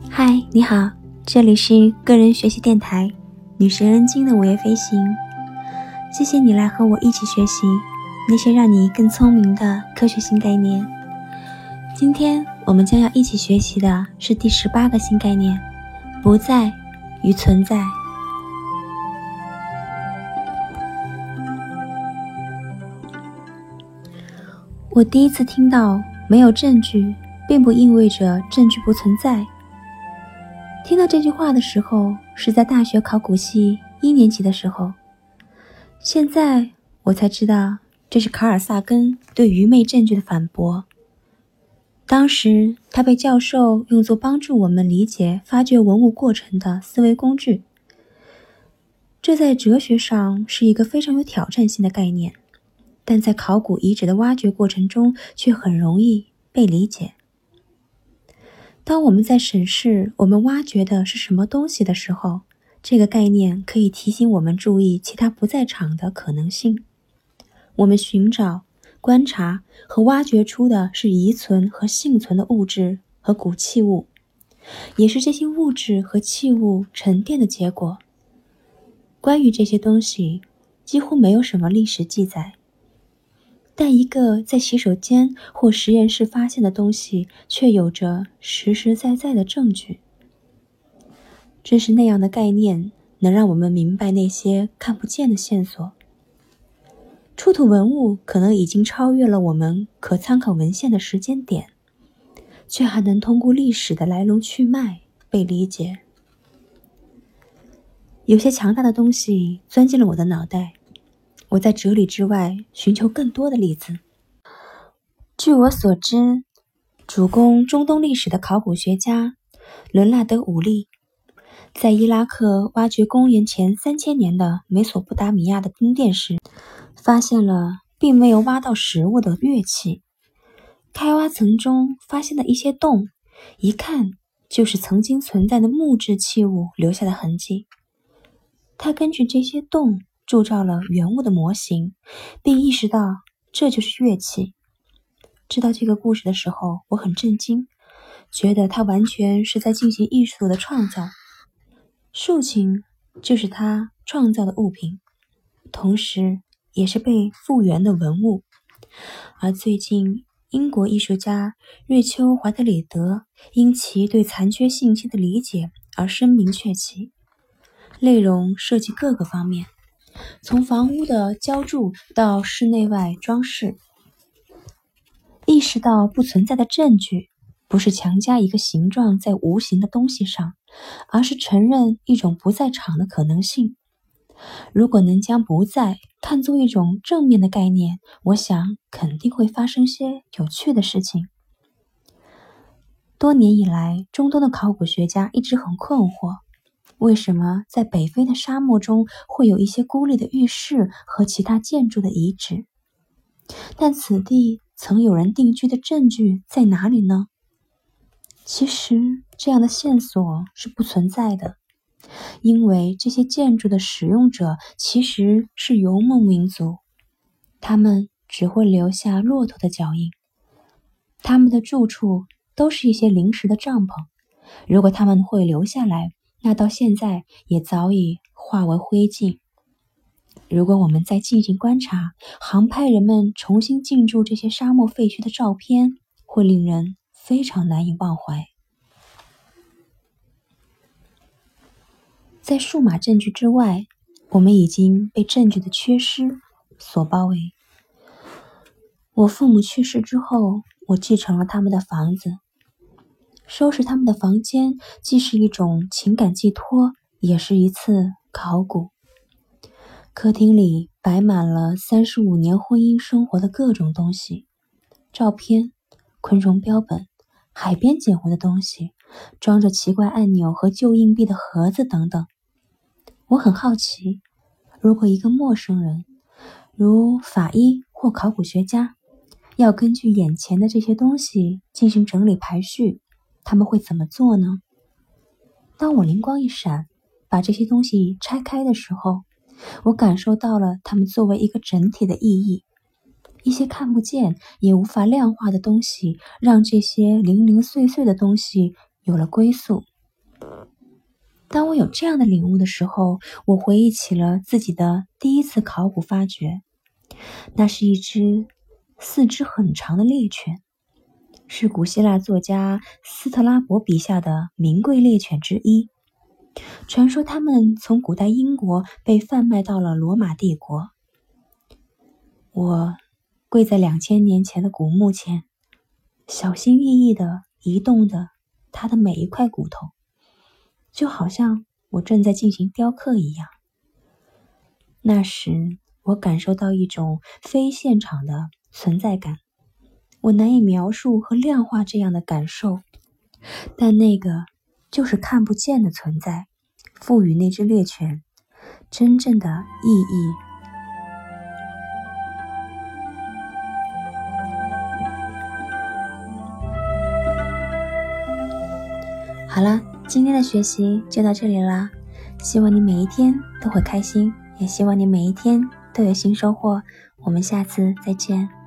嗨，你好，这里是个人学习电台女神恩晶的午夜飞行。谢谢你来和我一起学习那些让你更聪明的科学新概念。今天我们将要一起学习的是第18个新概念：不在与存在。我第一次听到没有证据并不意味着证据不存在。听到这句话的时候是在大学考古系1年级的时候，现在我才知道这是卡尔萨根对愚昧证据的反驳。当时他被教授用作帮助我们理解发掘文物过程的思维工具，这在哲学上是一个非常有挑战性的概念，但在考古遗址的挖掘过程中却很容易被理解。当我们在审视我们挖掘的是什么东西的时候，这个概念可以提醒我们注意其他不在场的可能性。我们寻找、观察和挖掘出的是遗存和幸存的物质和古器物，也是这些物质和器物沉淀的结果。关于这些东西，几乎没有什么历史记载。但一个在洗手间或实验室发现的东西却有着实实在在的证据。正是那样的概念能让我们明白那些看不见的线索。出土文物可能已经超越了我们可参考文献的时间点，却还能通过历史的来龙去脉被理解。有些强大的东西钻进了我的脑袋，我在哲理之外寻求更多的例子。据我所知，主攻中东历史的考古学家伦纳德·伍利在伊拉克挖掘公元前3000年的美索不达米亚的宫殿时，发现了并没有挖到实物的乐器。开挖层中发现的一些洞，一看就是曾经存在的木质器物留下的痕迹。他根据这些洞铸造了原物的模型，并意识到这就是乐器。知道这个故事的时候，我很震惊，觉得他完全是在进行艺术的创造。竖琴就是他创造的物品，同时也是被复原的文物。而最近，英国艺术家瑞秋·怀特里德因其对残缺信息的理解而声名鹊起，内容涉及各个方面，从房屋的浇筑到室内外装饰。意识到不存在的证据，不是强加一个形状在无形的东西上，而是承认一种不在场的可能性。如果能将不在看作一种正面的概念，我想肯定会发生些有趣的事情。多年以来，中东的考古学家一直很困惑，为什么在北非的沙漠中会有一些孤立的浴室和其他建筑的遗址？但此地曾有人定居的证据在哪里呢？其实这样的线索是不存在的，因为这些建筑的使用者其实是游牧民族，他们只会留下骆驼的脚印。他们的住处都是一些临时的帐篷，如果他们会留下来，那到现在也早已化为灰烬。如果我们再进行观察，航拍人们重新进驻这些沙漠废墟的照片，会令人非常难以忘怀。在数码证据之外，我们已经被证据的缺失所包围。我父母去世之后，我继承了他们的房子。收拾他们的房间既是一种情感寄托，也是一次考古。客厅里摆满了35年婚姻生活的各种东西，照片、昆虫标本、海边捡回的东西，装着奇怪按钮和旧硬币的盒子等等。我很好奇，如果一个陌生人，如法医或考古学家，要根据眼前的这些东西进行整理排序，他们会怎么做呢？当我灵光一闪，把这些东西拆开的时候，我感受到了它们作为一个整体的意义。一些看不见也无法量化的东西，让这些零零碎碎的东西有了归宿。 当我有这样的领悟的时候，我回忆起了自己的第一次考古发掘。那是一只四肢很长的猎犬，是古希腊作家斯特拉博笔下的名贵猎犬之一。传说它们从古代英国被贩卖到了罗马帝国。我跪在2000年前的古墓前，小心翼翼地移动的它的每一块骨头，就好像我正在进行雕刻一样。那时我感受到一种非现场的存在感，我难以描述和量化这样的感受，但那个就是看不见的存在，赋予那只猎犬真正的意义。好了，今天的学习就到这里啦，希望你每一天都会开心，也希望你每一天都有新收获。我们下次再见。